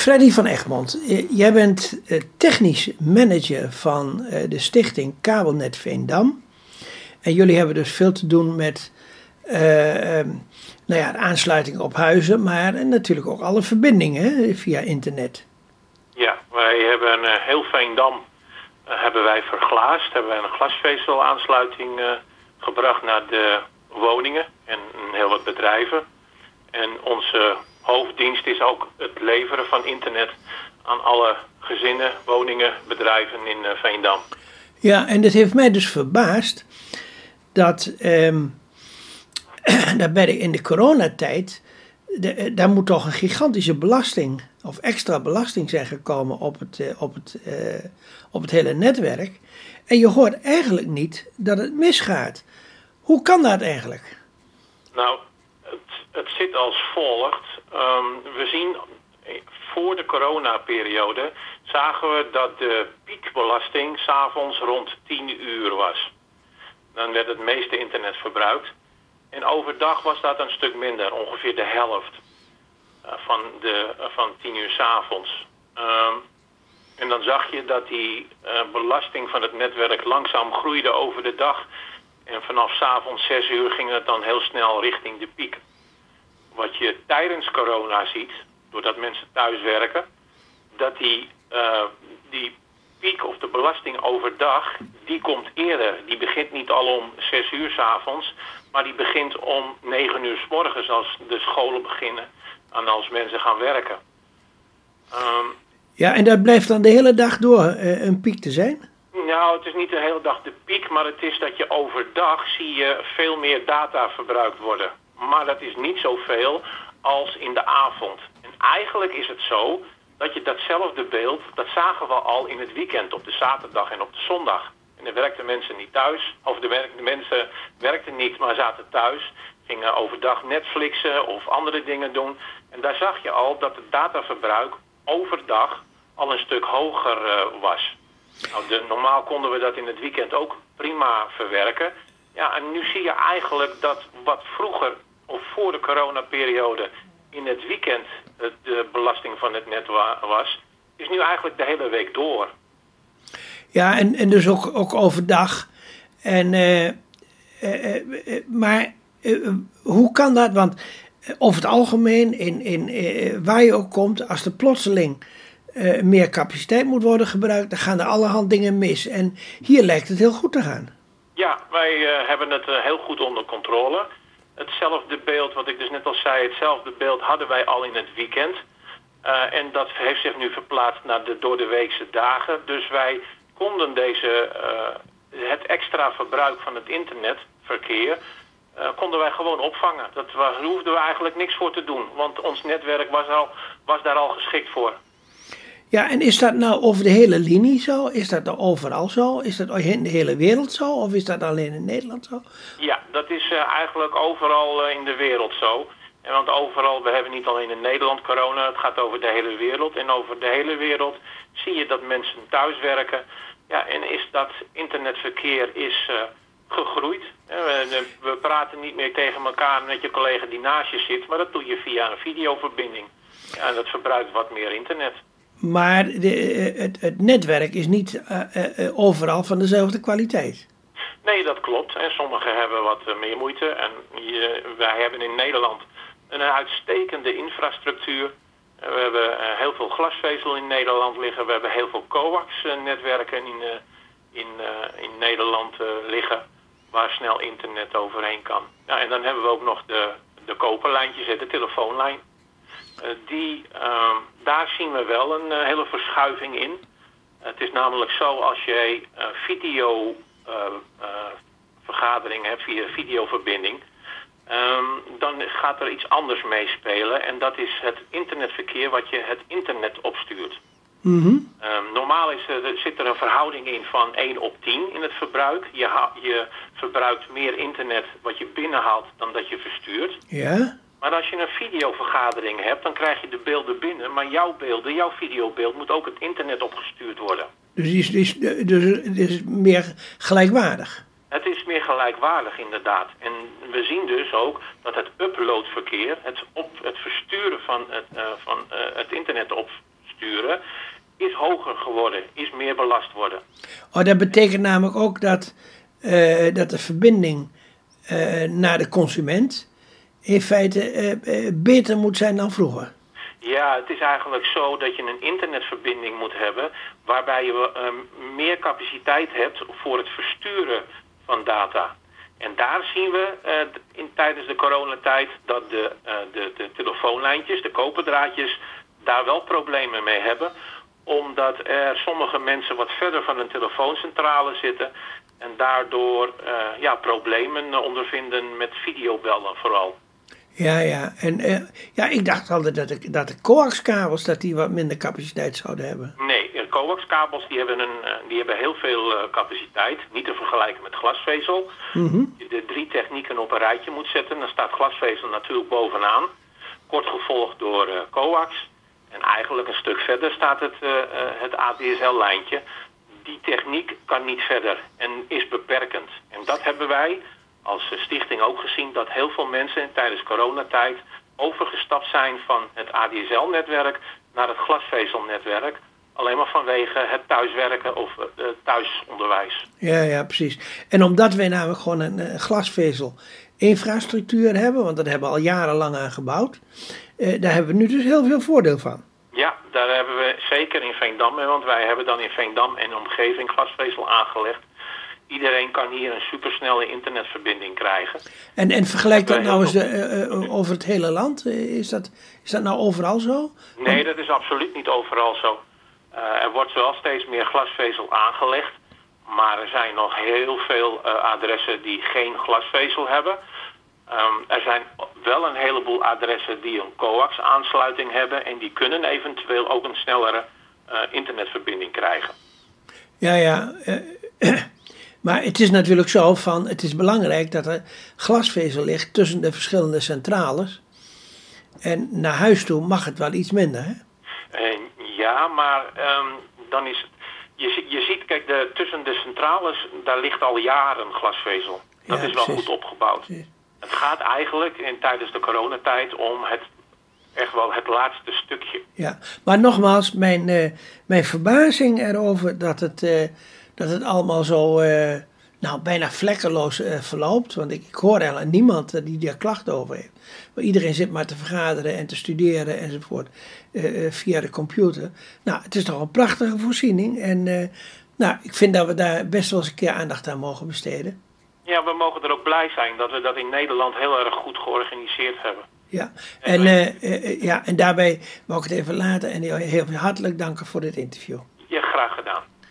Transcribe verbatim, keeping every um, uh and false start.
Freddy van Egmond, jij bent technisch manager van de stichting Kabelnet Veendam. En jullie hebben dus veel te doen met uh, um, nou ja, de aansluiting op huizen, maar natuurlijk ook alle verbindingen hè, via internet. Ja, wij hebben uh, heel Veendam uh, hebben wij verglaasd. Hebben wij een glasvezelaansluiting uh, gebracht naar de woningen en heel wat bedrijven. En onze hoofddienst is ook het leveren van internet aan alle gezinnen, woningen, bedrijven in uh, Veendam. Ja, en dat heeft mij dus verbaasd dat, um, dat bij de, in de coronatijd, de, daar moet toch een gigantische belasting of extra belasting zijn gekomen op het, uh, op het, uh, op het hele netwerk. En je hoort eigenlijk niet dat het misgaat. Hoe kan dat eigenlijk? Nou, het, het zit als volgt. Um, we zien voor de coronaperiode zagen we dat de piekbelasting 's avonds rond tien uur was. Dan werd het meeste internet verbruikt. En overdag was dat een stuk minder, ongeveer de helft uh, van, de, uh, van tien uur 's avonds. Um, en dan zag je dat die uh, belasting van het netwerk langzaam groeide over de dag. En vanaf 's avonds zes uur ging het dan heel snel richting de piek. Wat je tijdens corona ziet, doordat mensen thuis werken, dat die, uh, die piek of de belasting overdag, die komt eerder. Die begint niet al om zes uur 's avonds, maar die begint om negen uur 's morgens als de scholen beginnen en als mensen gaan werken. Um, ja, en dat blijft dan de hele dag door uh, een piek te zijn? Nou, het is niet de hele dag de piek, maar het is dat je overdag zie je veel meer data verbruikt worden. Maar dat is niet zoveel als in de avond. En eigenlijk is het zo dat je datzelfde beeld, dat zagen we al in het weekend, op de zaterdag en op de zondag. En dan werkten mensen niet thuis, of de, werk, de mensen werkten niet, maar zaten thuis. Gingen overdag Netflixen of andere dingen doen. En daar zag je al dat het dataverbruik overdag al een stuk hoger uh, was. Nou, de, normaal konden we dat in het weekend ook prima verwerken. Ja, en nu zie je eigenlijk dat wat vroeger of voor de coronaperiode in het weekend de belasting van het net wa- was, is nu eigenlijk de hele week door. Ja, en, en dus ook, ook overdag. En, uh, uh, uh, maar uh, hoe kan dat? Want over het algemeen, in, in, uh, waar je ook komt, als er plotseling uh, meer capaciteit moet worden gebruikt, dan gaan er allerhand dingen mis. En hier lijkt het heel goed te gaan. Ja, wij uh, hebben het uh, heel goed onder controle. Hetzelfde beeld, wat ik dus net al zei, hetzelfde beeld hadden wij al in het weekend. Uh, en dat heeft zich nu verplaatst naar de door de weekse dagen. Dus wij konden deze, uh, het extra verbruik van het internetverkeer, uh, konden wij gewoon opvangen. Dat was, daar hoefden we eigenlijk niks voor te doen, want ons netwerk was, al, was daar al geschikt voor. Ja, en is dat nou over de hele linie zo? Is dat nou overal zo? Is dat in de hele wereld zo? Of is dat alleen in Nederland zo? Ja, dat is uh, eigenlijk overal uh, in de wereld zo. En want overal, we hebben niet alleen in Nederland corona, het gaat over de hele wereld. En over de hele wereld zie je dat mensen thuis werken. Ja, en is dat internetverkeer is uh, gegroeid. We, we praten niet meer tegen elkaar met je collega die naast je zit, maar dat doe je via een videoverbinding. Ja, en dat verbruikt wat meer internet. Maar de, het, het netwerk is niet uh, uh, overal van dezelfde kwaliteit. Nee, dat klopt. En sommigen hebben wat meer moeite. En je, wij hebben in Nederland een uitstekende infrastructuur. We hebben uh, heel veel glasvezel in Nederland liggen. We hebben heel veel coax-netwerken in, uh, in, uh, in Nederland uh, liggen, waar snel internet overheen kan. Ja, en dan hebben we ook nog de, de koperlijntjes, de telefoonlijn. Uh, die, uh, daar zien we wel een uh, hele verschuiving in. Uh, het is namelijk zo, als je uh, video uh, uh, vergadering hebt via videoverbinding, um, dan gaat er iets anders meespelen. En dat is het internetverkeer wat je het internet opstuurt. Mm-hmm. Um, normaal is er, zit er een verhouding in van één op tien in het verbruik. Je, ha- je verbruikt meer internet wat je binnenhaalt dan dat je verstuurt. Ja. Maar als je een videovergadering hebt, dan krijg je de beelden binnen. Maar jouw beelden, jouw videobeeld moet ook het internet opgestuurd worden. Dus het is, is, dus het is meer gelijkwaardig? Het is meer gelijkwaardig inderdaad. En we zien dus ook dat het uploadverkeer, het, op, het versturen van het, uh, van, uh, het internet op, versturen, is hoger geworden, is meer belast worden. Oh, dat betekent namelijk ook dat, uh, dat de verbinding uh, naar de consument in feite uh, uh, beter moet zijn dan vroeger. Ja, het is eigenlijk zo dat je een internetverbinding moet hebben waarbij je uh, meer capaciteit hebt voor het versturen van data. En daar zien we uh, in, tijdens de coronatijd dat de, uh, de, de telefoonlijntjes, de koperdraadjes, daar wel problemen mee hebben. Omdat er sommige mensen wat verder van een telefooncentrale zitten en daardoor uh, ja, problemen ondervinden met videobellen vooral. Ja, ja. En uh, ja, ik dacht altijd dat de, dat de coaxkabels dat die wat minder capaciteit zouden hebben. Nee, coaxkabels die hebben, een, die hebben heel veel uh, capaciteit. Niet te vergelijken met glasvezel. Mm-hmm. Je de drie technieken op een rijtje moet zetten. Dan staat glasvezel natuurlijk bovenaan. Kort gevolgd door uh, coax. En eigenlijk een stuk verder staat het, uh, uh, het A D S L-lijntje. Die techniek kan niet verder en is beperkend. En dat hebben wij als stichting ook gezien, dat heel veel mensen tijdens coronatijd overgestapt zijn van het A D S L-netwerk naar het glasvezelnetwerk. Alleen maar vanwege het thuiswerken of uh, thuisonderwijs. Ja, ja, precies. En omdat wij namelijk gewoon een uh, glasvezel-infrastructuur hebben, want dat hebben we al jarenlang aan gebouwd, uh, daar hebben we nu dus heel veel voordeel van. Ja, daar hebben we zeker in Veendam, want wij hebben dan in Veendam en omgeving glasvezel aangelegd. Iedereen kan hier een supersnelle internetverbinding krijgen. En, en vergelijk dat nou eens uh, uh, over het hele land? Is dat, is dat nou overal zo? Nee, dat is absoluut niet overal zo. Uh, er wordt wel steeds meer glasvezel aangelegd. Maar er zijn nog heel veel uh, adressen die geen glasvezel hebben. Um, er zijn wel een heleboel adressen die een coax-aansluiting hebben. En die kunnen eventueel ook een snellere uh, internetverbinding krijgen. Ja, ja. Uh, maar het is natuurlijk zo van, het is belangrijk dat er glasvezel ligt tussen de verschillende centrales. En naar huis toe mag het wel iets minder, hè? Uh, ja, maar um, dan is het, je, je ziet, kijk, de, tussen de centrales, daar ligt al jaren glasvezel. Dat ja, is wel precies. Goed opgebouwd. Precies. Het gaat eigenlijk in, tijdens de coronatijd om het, echt wel het laatste stukje. Ja, maar nogmaals, mijn, uh, mijn verbazing erover dat het, uh, dat het allemaal zo uh, nou, bijna vlekkeloos uh, verloopt. Want ik, ik hoor eigenlijk niemand uh, die daar klachten over heeft. Maar iedereen zit maar te vergaderen en te studeren enzovoort uh, uh, via de computer. Nou, het is toch een prachtige voorziening. En uh, nou, ik vind dat we daar best wel eens een keer aandacht aan mogen besteden. Ja, we mogen er ook blij zijn dat we dat in Nederland heel erg goed georganiseerd hebben. Ja, en, uh, uh, ja, en daarbij wou ik het even laten en heel, heel hartelijk danken voor dit interview. Ja, graag gedaan.